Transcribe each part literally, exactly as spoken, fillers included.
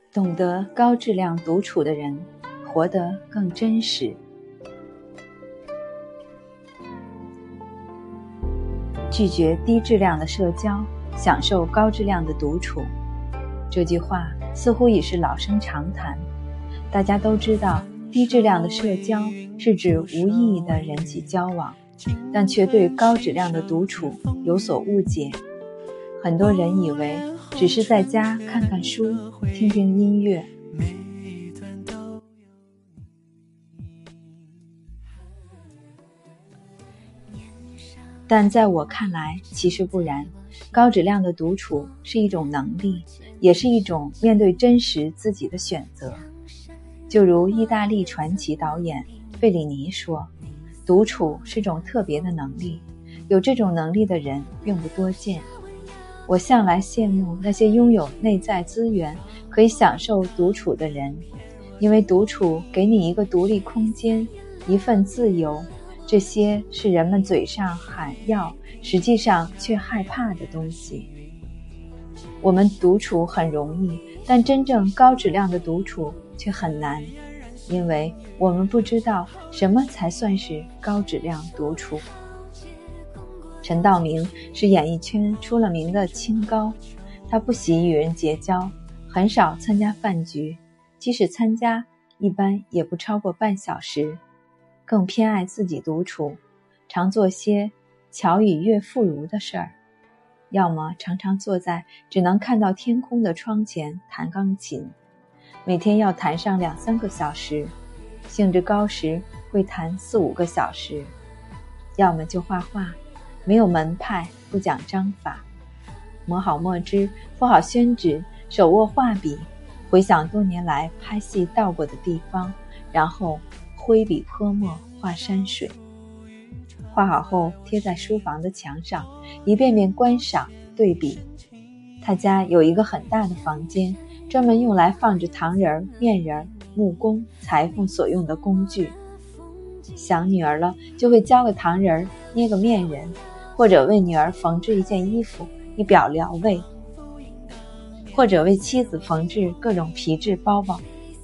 懂得高质量独处的人，活得更真实。拒绝低质量的社交，享受高质量的独处。这句话似乎已是老生常谈，大家都知道低质量的社交是指无意义的人际交往，但却对高质量的独处有所误解。很多人以为只是在家看看书，听听音乐，但在我看来其实不然。高质量的独处是一种能力，也是一种面对真实自己的选择。就如意大利传奇导演费里尼说，独处是种特别的能力，有这种能力的人并不多见。我向来羡慕那些拥有内在资源可以享受独处的人，因为独处给你一个独立空间，一份自由，这些是人们嘴上喊要，实际上却害怕的东西。我们独处很容易，但真正高质量的独处却很难，因为我们不知道什么才算是高质量独处。陈道明是演艺圈出了名的清高，他不喜与人结交，很少参加饭局，即使参加，一般也不超过半小时，更偏爱自己独处，常做些巧与岳妇孺的事儿，要么常常坐在只能看到天空的窗前弹钢琴，每天要弹上两三个小时，兴致高时会弹四五个小时，要么就画画，没有门派，不讲章法，磨好墨汁，铺好宣纸，手握画笔，回想多年来拍戏到过的地方，然后挥笔泼墨画山水。画好后贴在书房的墙上，一遍遍观赏对比。他家有一个很大的房间，专门用来放置糖人、面人、木工、裁缝所用的工具。想女儿了，就会教个糖人，捏个面人，或者为女儿缝制一件衣服以表疗慰，或者为妻子缝制各种皮质包包。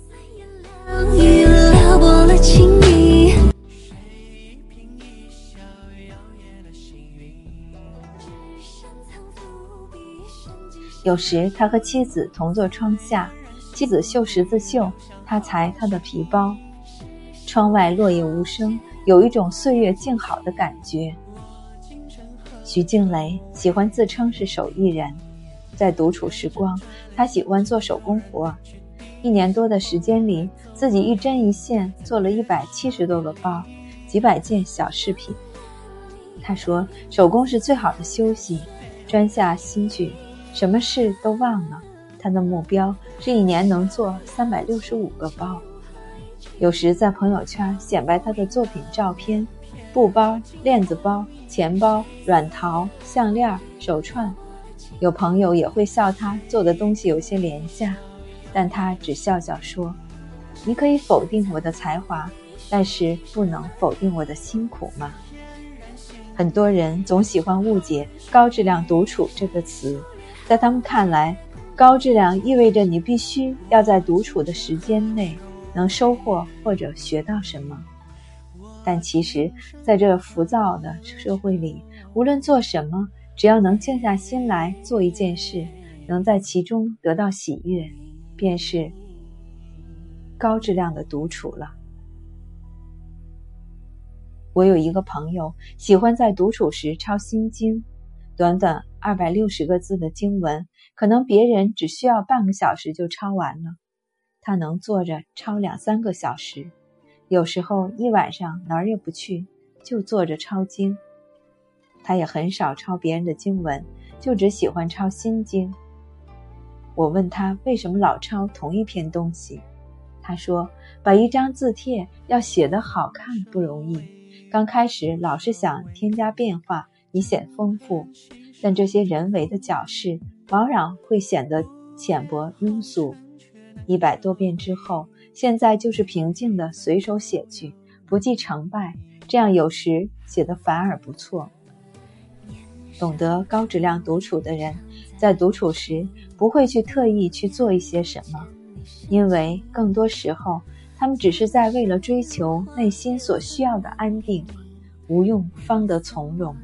有时他和妻子同坐窗下，妻子绣十字绣，他裁他的皮包。窗外落叶无声，有一种岁月静好的感觉。徐静蕾喜欢自称是手艺人，在独处时光，他喜欢做手工活。一年多的时间里，自己一针一线做了一百七十多个包，几百件小饰品。他说，手工是最好的休息，专下心去，什么事都忘了。他的目标是一年能做三百六十五个包。有时在朋友圈显摆他的作品照片，布包、链子包、钱包、软陶、项链、手串。有朋友也会笑他做的东西有些廉价，但他只笑笑说，你可以否定我的才华，但是不能否定我的辛苦吗？很多人总喜欢误解高质量独处这个词，在他们看来，高质量意味着你必须要在独处的时间内能收获或者学到什么。但其实在这浮躁的社会里，无论做什么，只要能静下心来做一件事，能在其中得到喜悦，便是高质量的独处了。我有一个朋友喜欢在独处时抄心经，短短二百六十个字的经文，可能别人只需要半个小时就抄完了，他能坐着抄两三个小时，有时候一晚上哪儿也不去，就坐着抄经。他也很少抄别人的经文，就只喜欢抄心经。我问他为什么老抄同一篇东西，他说，把一张字帖要写得好看不容易，刚开始老是想添加变化以显丰富，但这些人为的矫饰往往会显得浅薄庸俗。一百多遍之后，现在就是平静地随手写去，不计成败，这样有时写得反而不错。懂得高质量独处的人，在独处时不会去特意去做一些什么， 因为更多时候他们只是在为了追求内心所需要的安定，无用方得从容。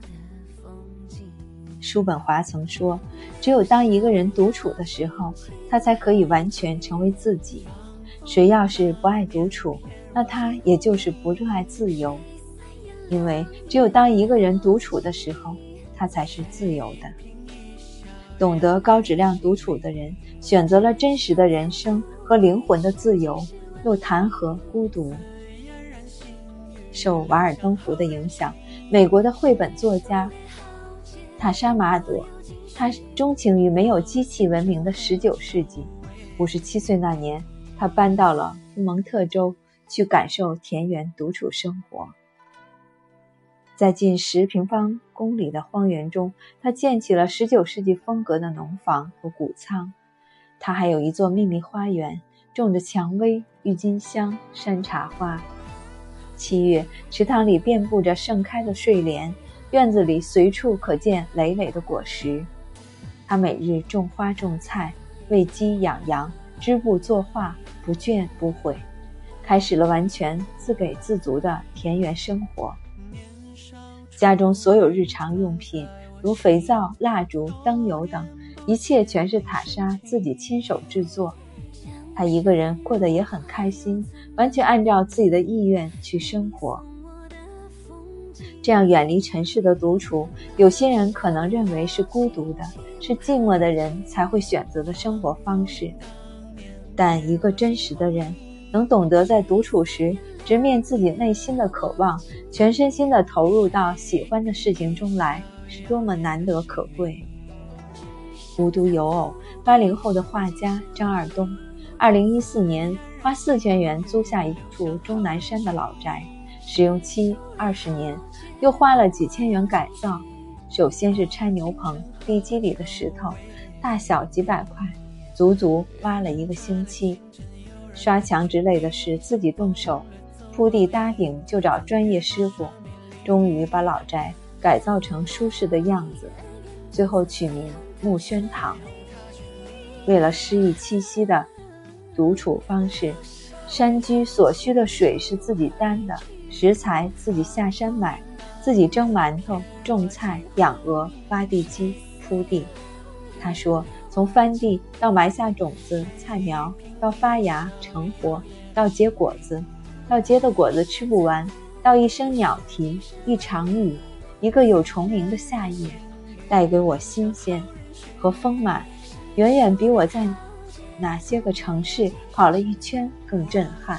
叔本华曾说，只有当一个人独处的时候，他才可以完全成为自己。谁要是不爱独处，那他也就是不热爱自由。因为只有当一个人独处的时候，他才是自由的。懂得高质量独处的人，选择了真实的人生和灵魂的自由，又谈何孤独？受瓦尔登湖的影响，美国的绘本作家塔莎马朵，他钟情于没有机器文明的十九世纪。五十七岁那年，他搬到了福蒙特州，去感受田园独处生活。在近十平方公里的荒原中，他建起了十九世纪风格的农房和谷仓。他还有一座秘密花园，种着蔷薇、郁金香、山茶花。七月，池塘里遍布着盛开的睡莲，院子里随处可见累累的果实。他每日种花种菜，喂鸡养羊，织布作画，不倦不悔，开始了完全自给自足的田园生活。家中所有日常用品，如肥皂、蜡烛、灯油等，一切全是塔莎自己亲手制作。他一个人过得也很开心，完全按照自己的意愿去生活。这样远离尘世的独处，有些人可能认为是孤独的，是寂寞的人才会选择的生活方式。但一个真实的人，能懂得在独处时直面自己内心的渴望，全身心地投入到喜欢的事情中来，是多么难得可贵。无独有偶，八零后的画家张二东二零一四年花四千元租下一处终南山的老宅，使用期二十年，又花了几千元改造。首先是拆牛棚，地基里的石头大小几百块，足足挖了一个星期。刷墙之类的事自己动手，铺地搭顶就找专业师傅，终于把老宅改造成舒适的样子，最后取名木轩堂。为了诗意气息的独处方式，山居所需的水是自己担的，食材自己下山买，自己蒸馒头、种菜、养鹅、挖地基、铺地。他说，从翻地到埋下种子、菜苗，到发芽、成活，到结果子，到结的果子吃不完，到一声鸟啼、一场雨、一个有虫鸣的夏夜，带给我新鲜和丰满，远远比我在哪些个城市跑了一圈更震撼。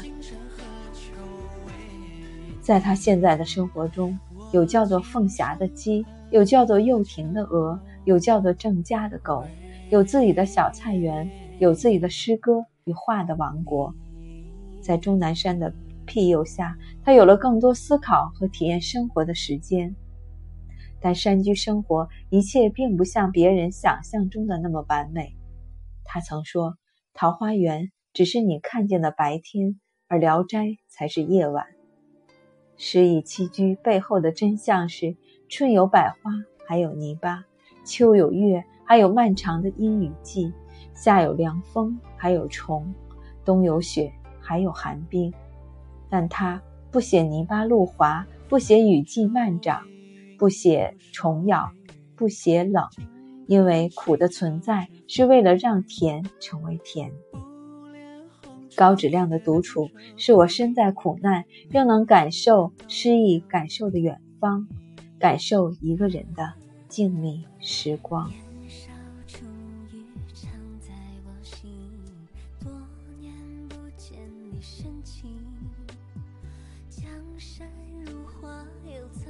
在他现在的生活中，有叫做凤霞的鸡，有叫做幼婷的鹅，有叫做郑家的狗，有自己的小菜园，有自己的诗歌与画的王国。在终南山的庇佑下，他有了更多思考和体验生活的时间。但山居生活一切并不像别人想象中的那么完美。他曾说，桃花源只是你看见的白天，而聊斋才是夜晚。诗意栖居背后的真相是，春有百花，还有泥巴；秋有月，还有漫长的阴雨季；夏有凉风，还有虫；冬有雪，还有寒冰。但他不写泥巴路滑，不写雨季漫长，不写虫咬，不写冷，因为苦的存在是为了让甜成为甜。高质量的独处是我身在苦难又能感受诗意感受的远方，感受一个人的静谧时光。江山如画又